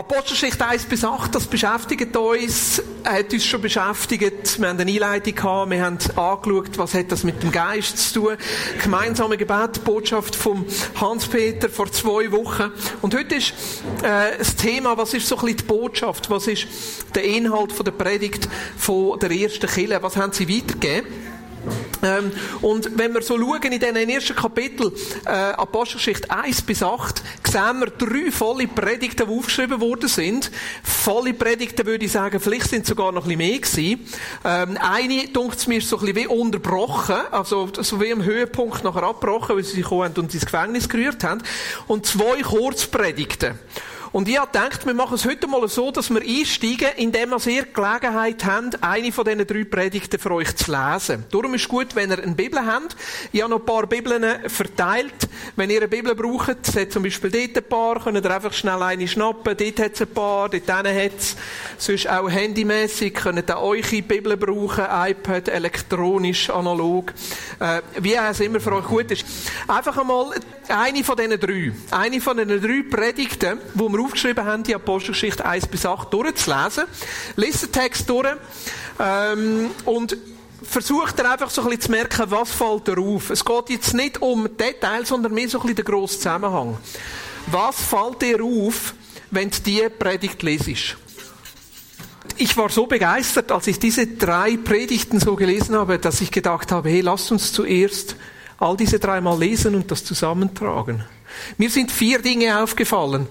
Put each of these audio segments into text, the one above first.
Apostelgeschichte 1-8, das beschäftigt uns, hat uns schon beschäftigt. Wir haben eine Einleitung gehabt, wir haben angeschaut, was hat das mit dem Geist zu tun. Gemeinsame Gebet, Botschaft vom Hans-Peter vor 2 Wochen. Und heute ist das Thema, was ist so ein bisschen die Botschaft, was ist der Inhalt von der Predigt von der ersten Kirche, was haben sie weitergegeben? Und wenn wir so schauen in diesen ersten Kapitel, Apostelgeschichte 1-8, sehen wir 3 volle Predigten, die aufgeschrieben worden sind. Volle Predigten würde ich sagen, vielleicht sind es sogar noch ein bisschen mehr gewesen. Eine, dunkt es mir, ist so ein bisschen wie unterbrochen, also so wie am Höhepunkt nachher abgebrochen, weil sie gekommen haben und ins Gefängnis gerührt haben. Und 2 Kurzpredigten. Und ich habe gedacht, wir machen es heute mal so, dass wir einsteigen, indem wir sehr Gelegenheit haben, eine von diesen 3 Predigten für euch zu lesen. Darum ist es gut, wenn ihr eine Bibel habt. Ich habe noch ein paar Bibeln verteilt. Wenn ihr eine Bibel braucht, es hat zum Beispiel dort ein paar, könnt ihr einfach schnell eine schnappen. Dort hat es ein paar, dort hat es. Sonst auch handymässig, könnt ihr eure Bibel brauchen, iPad, elektronisch, analog. Wie es immer für euch gut ist. Einfach einmal eine von diesen 3. Eine von diesen 3 Predigten, die wir aufgeschrieben haben, die Apostelgeschichte 1-8 durchzulesen. Lest den Text durch und versucht ihr einfach so ein bisschen zu merken, was fällt dir auf. Es geht jetzt nicht um Details, sondern mehr so ein bisschen den grossen Zusammenhang. Was fällt dir auf, wenn du diese Predigt lesest? Ich war so begeistert, als ich diese 3 Predigten so gelesen habe, dass ich gedacht habe, hey, lasst uns zuerst all diese 3 Mal lesen und das zusammentragen. Mir sind 4 Dinge aufgefallen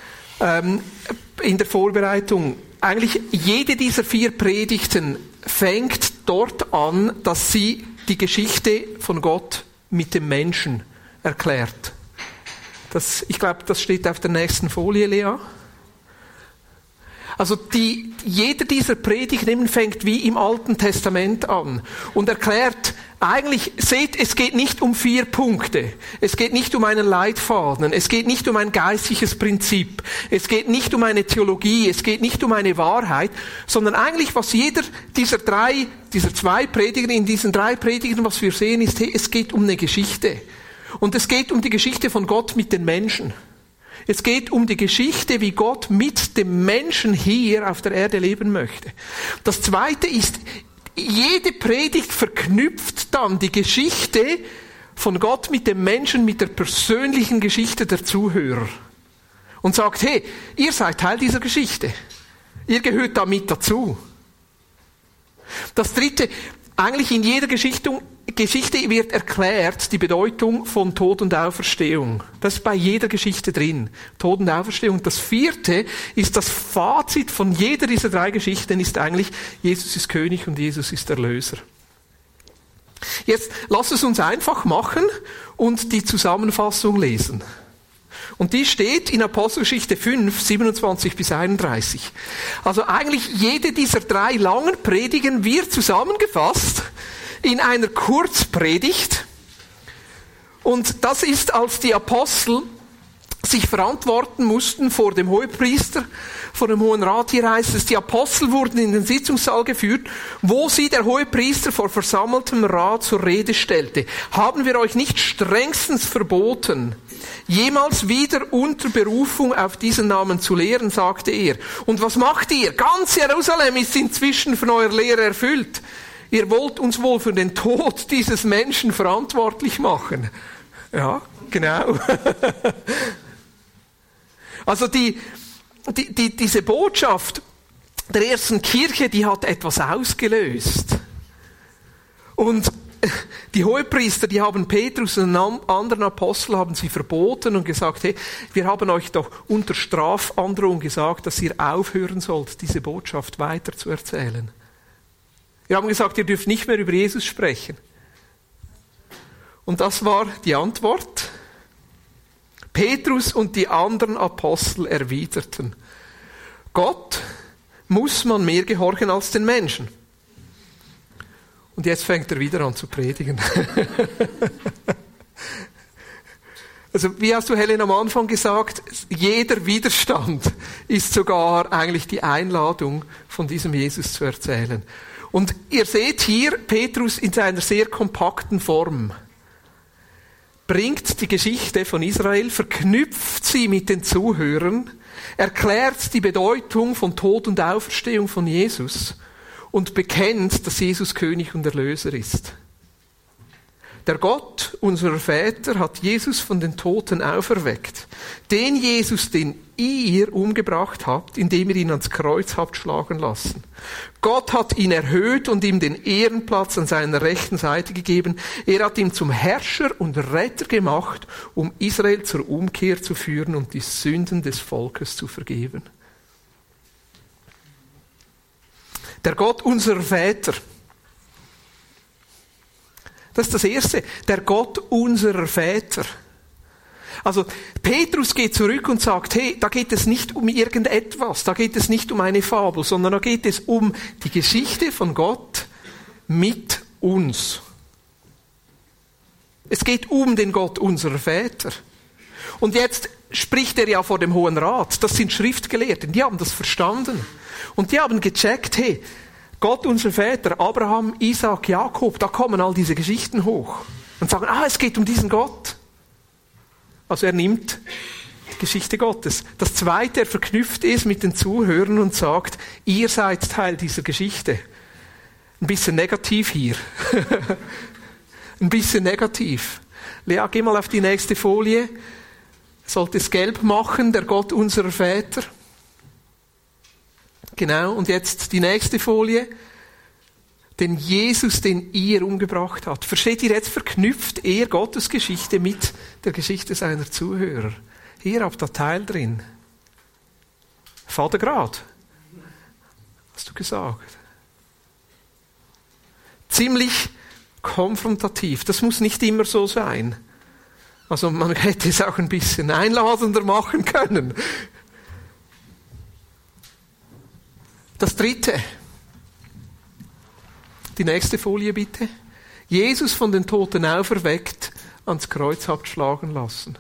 in der Vorbereitung. Eigentlich jede dieser 4 Predigten fängt dort an, dass sie die Geschichte von Gott mit dem Menschen erklärt. Ich glaube, das steht auf der nächsten Folie, Lea. Also jeder dieser Predigten fängt wie im Alten Testament an und erklärt, eigentlich, seht, es geht nicht um 4 Punkte. Es geht nicht um einen Leitfaden. Es geht nicht um ein geistliches Prinzip. Es geht nicht um eine Theologie. Es geht nicht um eine Wahrheit, sondern eigentlich, was jeder dieser 2 Prediger, in diesen 3 Predigern, was wir sehen, ist, hey, es geht um eine Geschichte. Und es geht um die Geschichte von Gott mit den Menschen. Es geht um die Geschichte, wie Gott mit dem Menschen hier auf der Erde leben möchte. Das Zweite ist, jede Predigt verknüpft dann die Geschichte von Gott mit dem Menschen, mit der persönlichen Geschichte der Zuhörer. Und sagt, hey, ihr seid Teil dieser Geschichte. Ihr gehört damit dazu. Das Dritte, eigentlich in jeder Geschichte wird erklärt die Bedeutung von Tod und Auferstehung. Das ist bei jeder Geschichte drin. Tod und Auferstehung. Das 4. ist das Fazit von jeder dieser 3 Geschichten ist eigentlich, Jesus ist König und Jesus ist Erlöser. Jetzt lass es uns einfach machen und die Zusammenfassung lesen. Und die steht in Apostelgeschichte 5, 27-31. Also eigentlich jede dieser 3 langen Predigen wird zusammengefasst in einer Kurzpredigt. Und das ist, als die Apostel sich verantworten mussten vor dem Hohepriester, vor dem Hohen Rat. Hier heißt es, die Apostel wurden in den Sitzungssaal geführt, wo sie der Hohepriester vor versammeltem Rat zur Rede stellte. Haben wir euch nicht strengstens verboten, jemals wieder unter Berufung auf diesen Namen zu lehren, sagte er. Und was macht ihr? Ganz Jerusalem ist inzwischen von eurer Lehre erfüllt. Ihr wollt uns wohl für den Tod dieses Menschen verantwortlich machen. Ja, genau. Also diese Botschaft der ersten Kirche, die hat etwas ausgelöst. Und die Hohepriester, die haben Petrus und einen anderen Apostel haben sie verboten und gesagt, hey, wir haben euch doch unter Strafandrohung gesagt, dass ihr aufhören sollt, diese Botschaft weiter zu erzählen. Wir haben gesagt, ihr dürft nicht mehr über Jesus sprechen. Und das war die Antwort. Petrus und die anderen Apostel erwiderten, Gott muss man mehr gehorchen als den Menschen. Und jetzt fängt er wieder an zu predigen. Also, wie hast du, Helen, am Anfang gesagt, jeder Widerstand ist sogar eigentlich die Einladung, von diesem Jesus zu erzählen. Und ihr seht hier Petrus in seiner sehr kompakten Form. bringt die Geschichte von Israel, verknüpft sie mit den Zuhörern, erklärt die Bedeutung von Tod und Auferstehung von Jesus und bekennt, dass Jesus König und Erlöser ist. Der Gott unserer Väter hat Jesus von den Toten auferweckt. Den Jesus, den ihr umgebracht habt, indem ihr ihn ans Kreuz habt schlagen lassen. Gott hat ihn erhöht und ihm den Ehrenplatz an seiner rechten Seite gegeben. Er hat ihn zum Herrscher und Retter gemacht, um Israel zur Umkehr zu führen und die Sünden des Volkes zu vergeben. Der Gott unserer Väter. Das ist das Erste. Der Gott unserer Väter. Also, Petrus geht zurück und sagt, hey, da geht es nicht um irgendetwas, da geht es nicht um eine Fabel, sondern da geht es um die Geschichte von Gott mit uns. Es geht um den Gott unserer Väter. Und jetzt spricht er ja vor dem Hohen Rat. Das sind Schriftgelehrte, die haben das verstanden. Und die haben gecheckt, hey, Gott, unser Väter, Abraham, Isaac, Jakob, da kommen all diese Geschichten hoch. Und sagen, es geht um diesen Gott. Also er nimmt die Geschichte Gottes. Das Zweite, er verknüpft es mit den Zuhörern und sagt, ihr seid Teil dieser Geschichte. Ein bisschen negativ hier. Ein bisschen negativ. Lea, geh mal auf die nächste Folie. Sollte es gelb machen, der Gott unserer Väter. Genau, und jetzt die nächste Folie. Den Jesus, den ihr umgebracht habt. Versteht ihr, jetzt verknüpft er Gottes Geschichte mit der Geschichte seiner Zuhörer. Ihr habt da Teil drin. Vatergrad. Hast du gesagt. Ziemlich konfrontativ. Das muss nicht immer so sein. Also man hätte es auch ein bisschen einladender machen können. Das Dritte. Die nächste Folie bitte. Jesus von den Toten auferweckt, ans Kreuz habt schlagen lassen.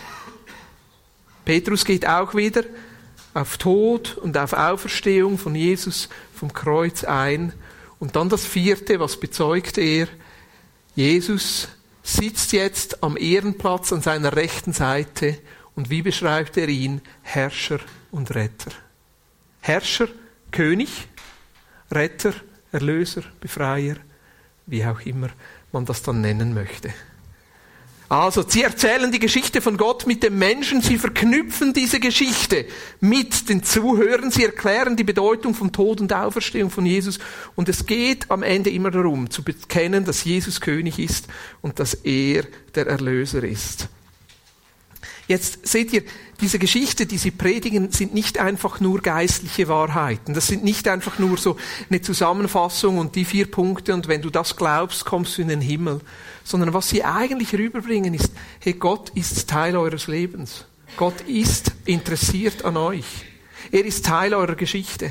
Petrus geht auch wieder auf Tod und auf Auferstehung von Jesus vom Kreuz ein. Und dann das Vierte, was bezeugt er? Jesus sitzt jetzt am Ehrenplatz an seiner rechten Seite. Und wie beschreibt er ihn? Herrscher und Retter. Herrscher, König, Retter, Erlöser, Befreier, wie auch immer man das dann nennen möchte. Also, sie erzählen die Geschichte von Gott mit dem Menschen, sie verknüpfen diese Geschichte mit den Zuhörern, sie erklären die Bedeutung von Tod und Auferstehung von Jesus und es geht am Ende immer darum, zu bekennen, dass Jesus König ist und dass er der Erlöser ist. Jetzt seht ihr, diese Geschichte, die sie predigen, sind nicht einfach nur geistliche Wahrheiten. Das sind nicht einfach nur so eine Zusammenfassung und die 4 Punkte und wenn du das glaubst, kommst du in den Himmel. Sondern was sie eigentlich rüberbringen ist, hey, Gott ist Teil eures Lebens. Gott ist interessiert an euch. Er ist Teil eurer Geschichte.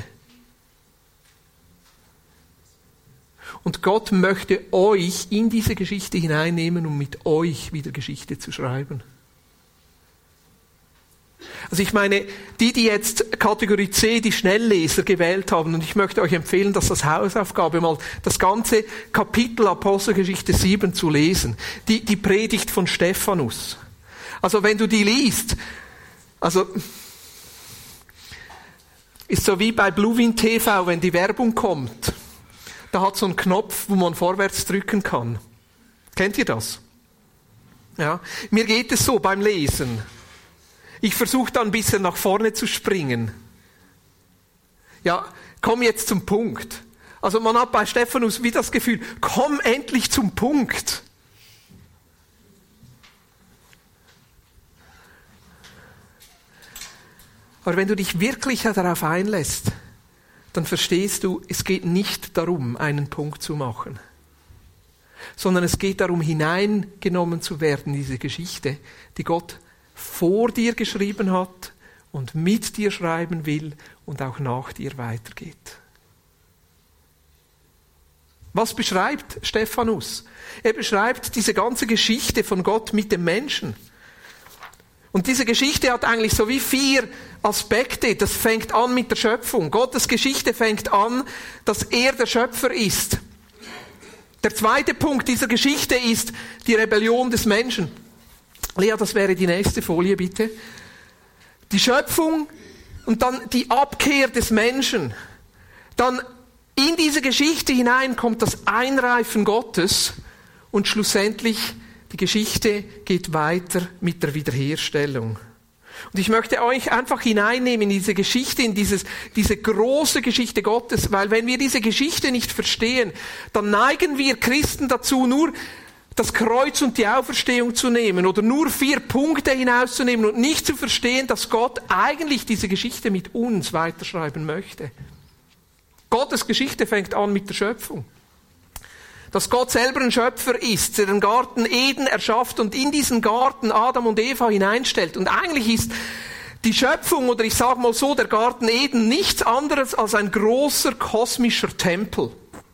Und Gott möchte euch in diese Geschichte hineinnehmen, um mit euch wieder Geschichte zu schreiben. Also ich meine, die jetzt Kategorie C, die Schnellleser gewählt haben, und ich möchte euch empfehlen, dass das Hausaufgabe mal das ganze Kapitel Apostelgeschichte 7 zu lesen. Die Predigt von Stephanus. Also wenn du die liest, also ist so wie bei Bluewin TV, wenn die Werbung kommt, da hat so einen Knopf, wo man vorwärts drücken kann. Kennt ihr das? Ja, mir geht es so beim Lesen. Ich versuche da ein bisschen nach vorne zu springen. Ja, komm jetzt zum Punkt. Also man hat bei Stephanus wie das Gefühl, komm endlich zum Punkt. Aber wenn du dich wirklich darauf einlässt, dann verstehst du, es geht nicht darum, einen Punkt zu machen, sondern es geht darum, hineingenommen zu werden in diese Geschichte, die Gott vor dir geschrieben hat und mit dir schreiben will und auch nach dir weitergeht. Was beschreibt Stephanus? Er beschreibt diese ganze Geschichte von Gott mit dem Menschen. Und diese Geschichte hat eigentlich so wie 4 Aspekte. Das fängt an mit der Schöpfung. Gottes Geschichte fängt an, dass er der Schöpfer ist. Der zweite Punkt dieser Geschichte ist die Rebellion des Menschen. Lea, das wäre die nächste Folie, bitte. Die Schöpfung und dann die Abkehr des Menschen. Dann in diese Geschichte hinein kommt das Einreifen Gottes und schlussendlich die Geschichte geht weiter mit der Wiederherstellung. Und ich möchte euch einfach hineinnehmen in diese Geschichte, in diese große Geschichte Gottes, weil wenn wir diese Geschichte nicht verstehen, dann neigen wir Christen dazu, nur das Kreuz und die Auferstehung zu nehmen oder nur 4 Punkte hinauszunehmen und nicht zu verstehen, dass Gott eigentlich diese Geschichte mit uns weiterschreiben möchte. Gottes Geschichte fängt an mit der Schöpfung. Dass Gott selber ein Schöpfer ist, der den Garten Eden erschafft und in diesen Garten Adam und Eva hineinstellt. Und eigentlich ist die Schöpfung, oder ich sage mal so, der Garten Eden nichts anderes als ein großer kosmischer Tempel.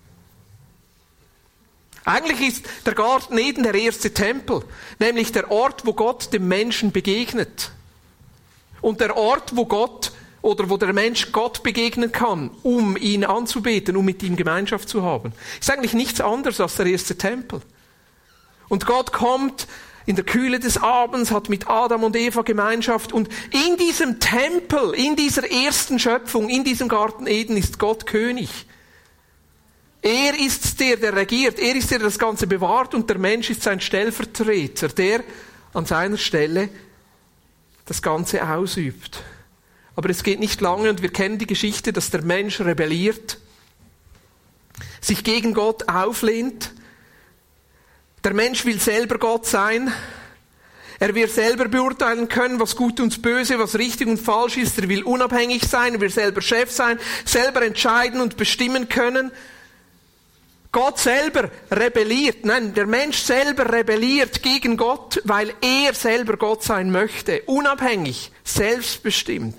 Eigentlich ist der Garten Eden der erste Tempel, nämlich der Ort, wo Gott dem Menschen begegnet. Und der Ort, wo der Mensch Gott begegnen kann, um ihn anzubeten, um mit ihm Gemeinschaft zu haben. Ist eigentlich nichts anderes als der erste Tempel. Und Gott kommt in der Kühle des Abends, hat mit Adam und Eva Gemeinschaft und in diesem Tempel, in dieser ersten Schöpfung, in diesem Garten Eden ist Gott König. Er ist der regiert, er ist der das Ganze bewahrt und der Mensch ist sein Stellvertreter, der an seiner Stelle das Ganze ausübt. Aber es geht nicht lange und wir kennen die Geschichte, dass der Mensch rebelliert, sich gegen Gott auflehnt. Der Mensch will selber Gott sein. Er will selber beurteilen können, was gut und böse, was richtig und falsch ist. Er will unabhängig sein, er will selber Chef sein, selber entscheiden und bestimmen können. Gott selber rebelliert. Nein, der Mensch selber rebelliert gegen Gott, weil er selber Gott sein möchte. Unabhängig, selbstbestimmt.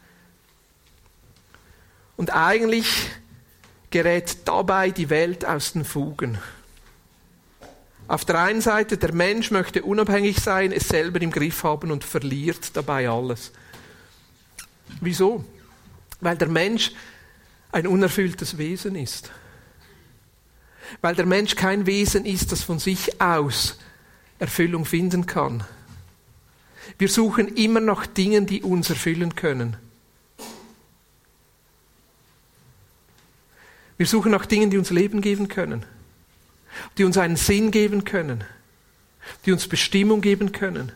Und eigentlich gerät dabei die Welt aus den Fugen. Auf der einen Seite, der Mensch möchte unabhängig sein, es selber im Griff haben und verliert dabei alles. Wieso? Weil der Mensch ein unerfülltes Wesen ist. Weil der Mensch kein Wesen ist, das von sich aus Erfüllung finden kann. Wir suchen immer nach Dingen, die uns erfüllen können. Wir suchen nach Dingen, die uns Leben geben können, die uns einen Sinn geben können, die uns Bestimmung geben können.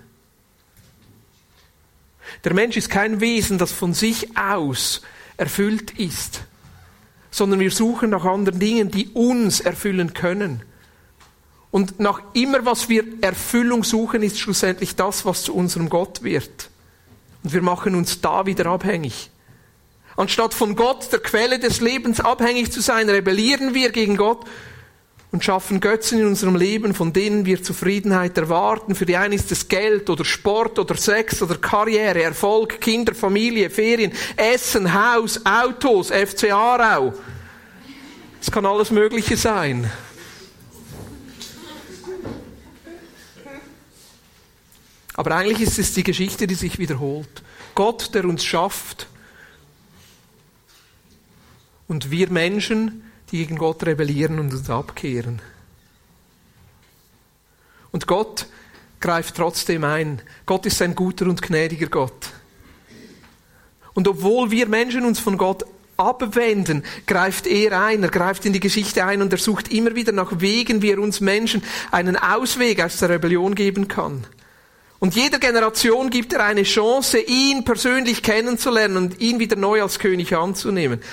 Der Mensch ist kein Wesen, das von sich aus erfüllt ist, sondern wir suchen nach anderen Dingen, die uns erfüllen können. Und nach immer, was wir Erfüllung suchen, ist schlussendlich das, was zu unserem Gott wird. Und wir machen uns da wieder abhängig. Anstatt von Gott, der Quelle des Lebens, abhängig zu sein, rebellieren wir gegen Gott und schaffen Götzen in unserem Leben, von denen wir Zufriedenheit erwarten. Für die einen ist es Geld oder Sport oder Sex oder Karriere, Erfolg, Kinder, Familie, Ferien, Essen, Haus, Autos, FC Aarau. Es kann alles Mögliche sein. Aber eigentlich ist es die Geschichte, die sich wiederholt. Gott, der uns schafft, und wir Menschen, die gegen Gott rebellieren und uns abkehren. Und Gott greift trotzdem ein. Gott ist ein guter und gnädiger Gott. Und obwohl wir Menschen uns von Gott abwenden, greift er ein. Er greift in die Geschichte ein und er sucht immer wieder nach Wegen, wie er uns Menschen einen Ausweg aus der Rebellion geben kann. Und jeder Generation gibt er eine Chance, ihn persönlich kennenzulernen und ihn wieder neu als König anzunehmen.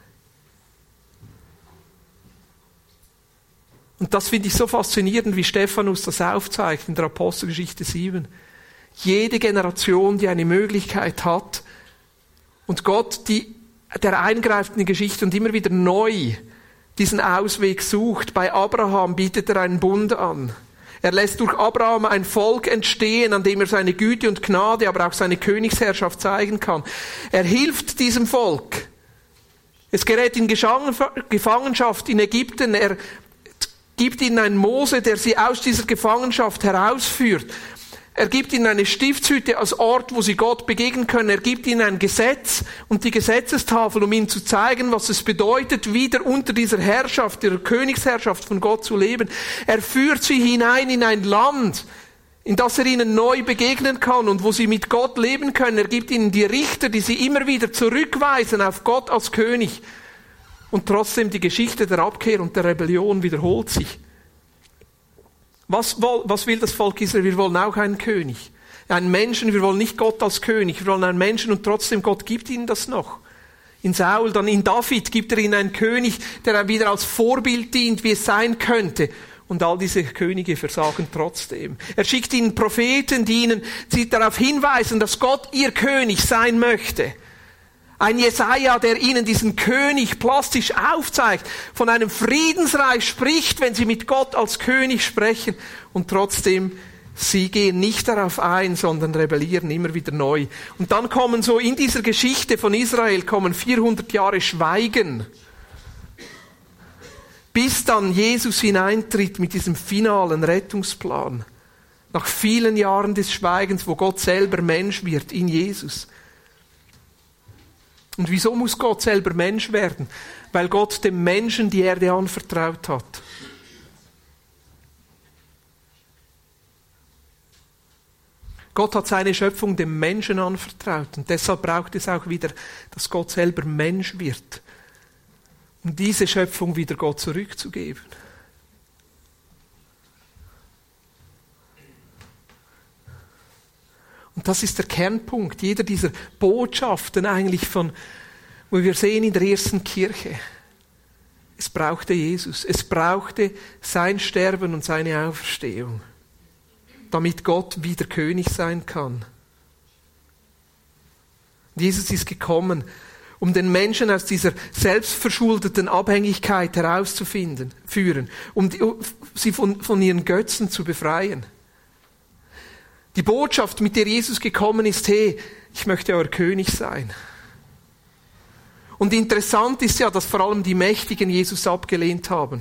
Und das finde ich so faszinierend, wie Stephanus das aufzeigt in der Apostelgeschichte 7. Jede Generation, die eine Möglichkeit hat und Gott, der eingreift in die Geschichte und immer wieder neu diesen Ausweg sucht. Bei Abraham bietet er einen Bund an. Er lässt durch Abraham ein Volk entstehen, an dem er seine Güte und Gnade, aber auch seine Königsherrschaft zeigen kann. Er hilft diesem Volk. Es gerät in Gefangenschaft in Ägypten. Er gibt ihnen einen Mose, der sie aus dieser Gefangenschaft herausführt. Er gibt ihnen eine Stiftshütte als Ort, wo sie Gott begegnen können. Er gibt ihnen ein Gesetz und die Gesetzestafel, um ihnen zu zeigen, was es bedeutet, wieder unter dieser Herrschaft, der Königsherrschaft von Gott zu leben. Er führt sie hinein in ein Land, in das er ihnen neu begegnen kann und wo sie mit Gott leben können. Er gibt ihnen die Richter, die sie immer wieder zurückweisen auf Gott als König. Und trotzdem die Geschichte der Abkehr und der Rebellion wiederholt sich. Was will das Volk Israel? Wir wollen auch einen König. Einen Menschen, wir wollen nicht Gott als König, wir wollen einen Menschen und trotzdem Gott gibt ihnen das noch. In Saul, dann in David gibt er ihnen einen König, der wieder als Vorbild dient, wie es sein könnte. Und all diese Könige versagen trotzdem. Er schickt ihnen Propheten, die sie darauf hinweisen, dass Gott ihr König sein möchte. Ein Jesaja, der ihnen diesen König plastisch aufzeigt, von einem Friedensreich spricht, wenn sie mit Gott als König sprechen. Und trotzdem, sie gehen nicht darauf ein, sondern rebellieren immer wieder neu. Und dann kommen so in dieser Geschichte von Israel 400 Jahre Schweigen, bis dann Jesus hineintritt mit diesem finalen Rettungsplan. Nach vielen Jahren des Schweigens, wo Gott selber Mensch wird in Jesus. Und wieso muss Gott selber Mensch werden? Weil Gott dem Menschen die Erde anvertraut hat. Gott hat seine Schöpfung dem Menschen anvertraut. Und deshalb braucht es auch wieder, dass Gott selber Mensch wird, um diese Schöpfung wieder Gott zurückzugeben. Und das ist der Kernpunkt jeder dieser Botschaften eigentlich wo wir sehen in der ersten Kirche. Es brauchte Jesus. Es brauchte sein Sterben und seine Auferstehung, damit Gott wieder König sein kann. Jesus ist gekommen, um den Menschen aus dieser selbstverschuldeten Abhängigkeit führen, um sie von ihren Götzen zu befreien. Die Botschaft, mit der Jesus gekommen ist, hey, ich möchte euer König sein. Und interessant ist ja, dass vor allem die Mächtigen Jesus abgelehnt haben.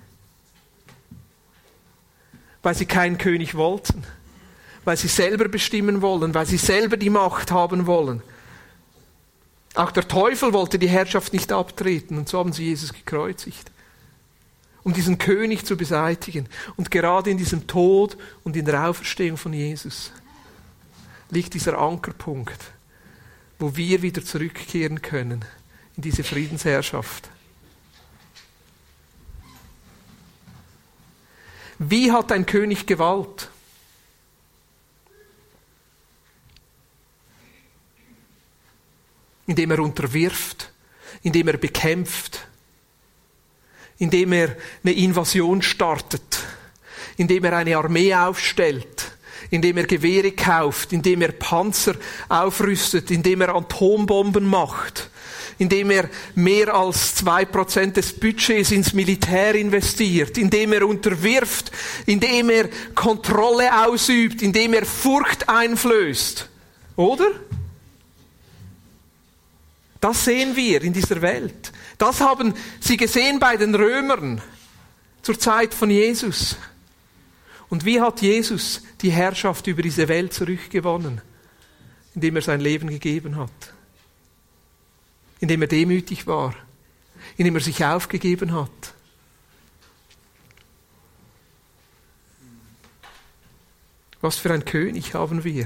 Weil sie keinen König wollten. Weil sie selber bestimmen wollen, weil sie selber die Macht haben wollen. Auch der Teufel wollte die Herrschaft nicht abtreten und so haben sie Jesus gekreuzigt. Um diesen König zu beseitigen. Und gerade in diesem Tod und in der Auferstehung von Jesus liegt dieser Ankerpunkt, wo wir wieder zurückkehren können in diese Friedensherrschaft. Wie hat ein König Gewalt? Indem er unterwirft, indem er bekämpft, indem er eine Invasion startet, indem er eine Armee aufstellt, indem er Gewehre kauft, indem er Panzer aufrüstet, indem er Atombomben macht, indem er mehr als 2% des Budgets ins Militär investiert, indem er unterwirft, indem er Kontrolle ausübt, indem er Furcht einflößt. Oder? Das sehen wir in dieser Welt. Das haben sie gesehen bei den Römern zur Zeit von Jesus. Und wie hat Jesus die Herrschaft über diese Welt zurückgewonnen? Indem er sein Leben gegeben hat. Indem er demütig war. Indem er sich aufgegeben hat. Was für ein König haben wir?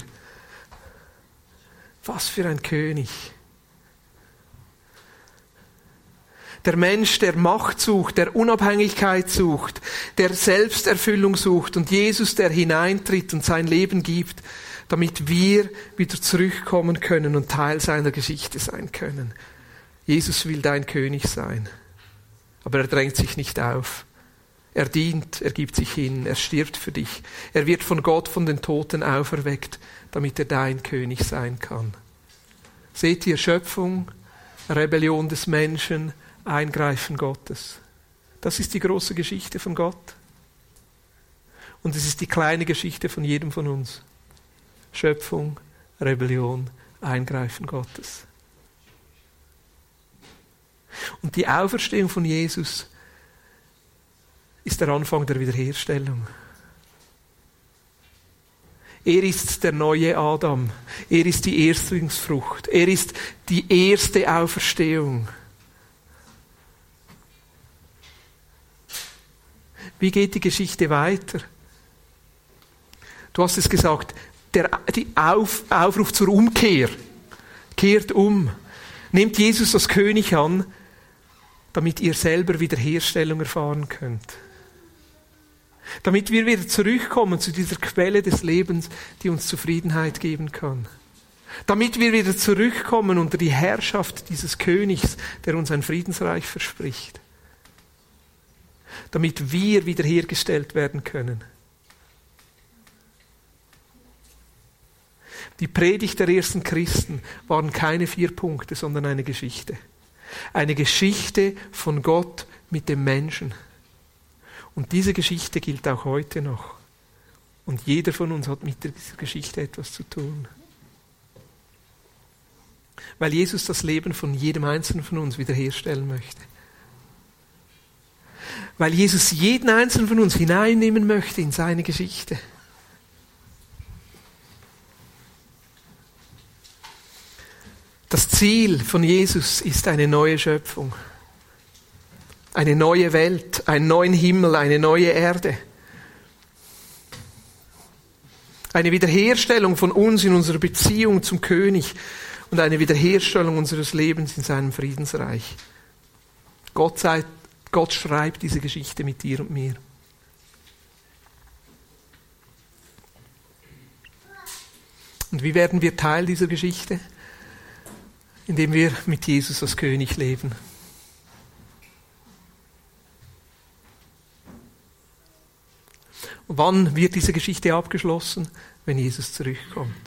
Was für ein König. Der Mensch, der Macht sucht, der Unabhängigkeit sucht, der Selbsterfüllung sucht und Jesus, der hineintritt und sein Leben gibt, damit wir wieder zurückkommen können und Teil seiner Geschichte sein können. Jesus will dein König sein, aber er drängt sich nicht auf. Er dient, er gibt sich hin, er stirbt für dich. Er wird von Gott, von den Toten auferweckt, damit er dein König sein kann. Seht ihr Schöpfung, Rebellion des Menschen, Eingreifen Gottes. Das ist die große Geschichte von Gott. Und es ist die kleine Geschichte von jedem von uns. Schöpfung, Rebellion, Eingreifen Gottes. Und die Auferstehung von Jesus ist der Anfang der Wiederherstellung. Er ist der neue Adam. Er ist die Erstlingsfrucht. Er ist die erste Auferstehung. Wie geht die Geschichte weiter? Du hast es gesagt, die Aufruf zur Umkehr. Kehrt um. Nehmt Jesus als König an, damit ihr selber Wiederherstellung erfahren könnt. Damit wir wieder zurückkommen zu dieser Quelle des Lebens, die uns Zufriedenheit geben kann. Damit wir wieder zurückkommen unter die Herrschaft dieses Königs, der uns ein Friedensreich verspricht. Damit wir wiederhergestellt werden können. Die Predigt der ersten Christen waren keine 4 Punkte, sondern eine Geschichte. Eine Geschichte von Gott mit dem Menschen. Und diese Geschichte gilt auch heute noch. Und jeder von uns hat mit dieser Geschichte etwas zu tun. Weil Jesus das Leben von jedem Einzelnen von uns wiederherstellen möchte. Weil Jesus jeden Einzelnen von uns hineinnehmen möchte in seine Geschichte. Das Ziel von Jesus ist eine neue Schöpfung. Eine neue Welt, einen neuen Himmel, eine neue Erde. Eine Wiederherstellung von uns in unserer Beziehung zum König und eine Wiederherstellung unseres Lebens in seinem Friedensreich. Gott schreibt diese Geschichte mit dir und mir. Und wie werden wir Teil dieser Geschichte? Indem wir mit Jesus als König leben. Und wann wird diese Geschichte abgeschlossen? Wenn Jesus zurückkommt.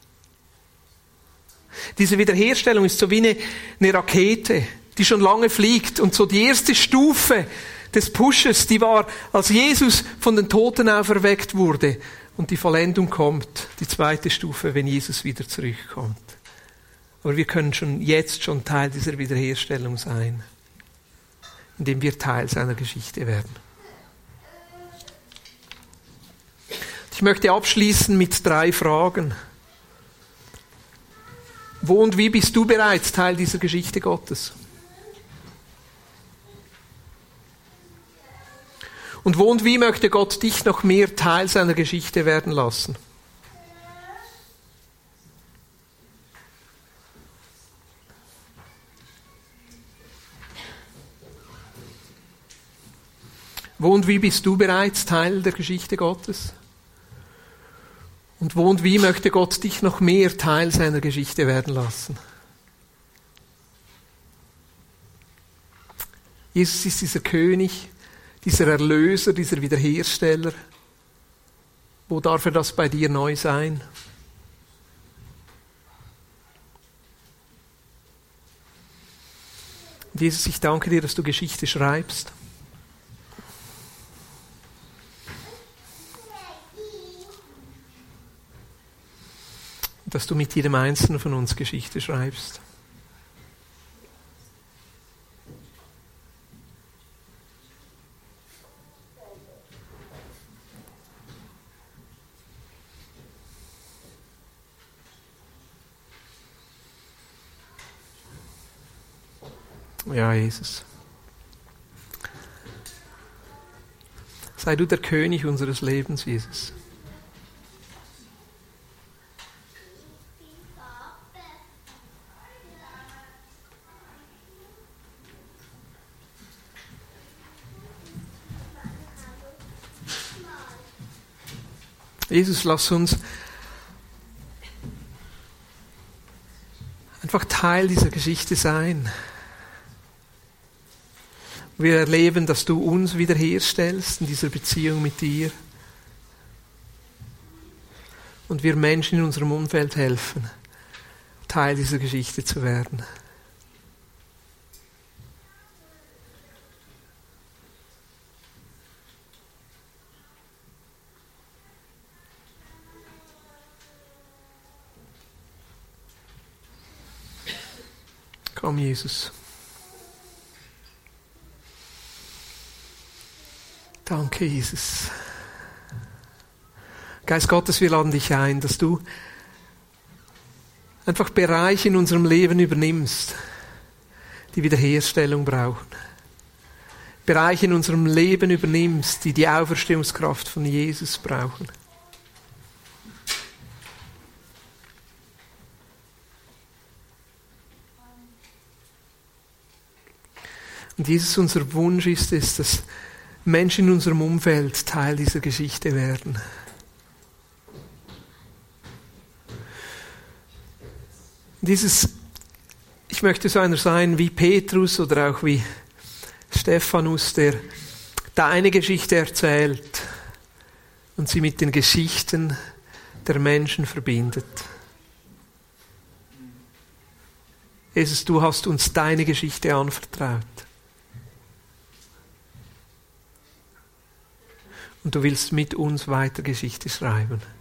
Diese Wiederherstellung ist so wie eine Rakete, die schon lange fliegt. Und so die erste Stufe des Pushes, die war, als Jesus von den Toten auferweckt wurde. Und die Vollendung kommt, die zweite Stufe, wenn Jesus wieder zurückkommt. Aber wir können jetzt schon Teil dieser Wiederherstellung sein, indem wir Teil seiner Geschichte werden. Ich möchte abschließen mit 3 Fragen. Wo und wie bist du bereits Teil dieser Geschichte Gottes? Und wo und wie möchte Gott dich noch mehr Teil seiner Geschichte werden lassen? Wo und wie bist du bereits Teil der Geschichte Gottes? Und wo und wie möchte Gott dich noch mehr Teil seiner Geschichte werden lassen? Jesus ist dieser König, dieser Erlöser, dieser Wiederhersteller. Wo darf er das bei dir neu sein? Und Jesus, ich danke dir, dass du Geschichte schreibst. Dass du mit jedem Einzelnen von uns Geschichte schreibst. Ja, Jesus. Sei du der König unseres Lebens, Jesus. Jesus, lass uns einfach Teil dieser Geschichte sein. Wir erleben, dass du uns wiederherstellst in dieser Beziehung mit dir. Und wir Menschen in unserem Umfeld helfen, Teil dieser Geschichte zu werden. Komm, Jesus. Danke, Jesus. Geist Gottes, wir laden dich ein, dass du einfach Bereiche in unserem Leben übernimmst, die Wiederherstellung brauchen. Bereiche in unserem Leben übernimmst, die die Auferstehungskraft von Jesus brauchen. Und Jesus, unser Wunsch ist es, dass Menschen in unserem Umfeld Teil dieser Geschichte werden. Ich möchte so einer sein wie Petrus oder auch wie Stephanus, der deine Geschichte erzählt und sie mit den Geschichten der Menschen verbindet. Jesus, du hast uns deine Geschichte anvertraut. Und du willst mit uns weiter Geschichte schreiben.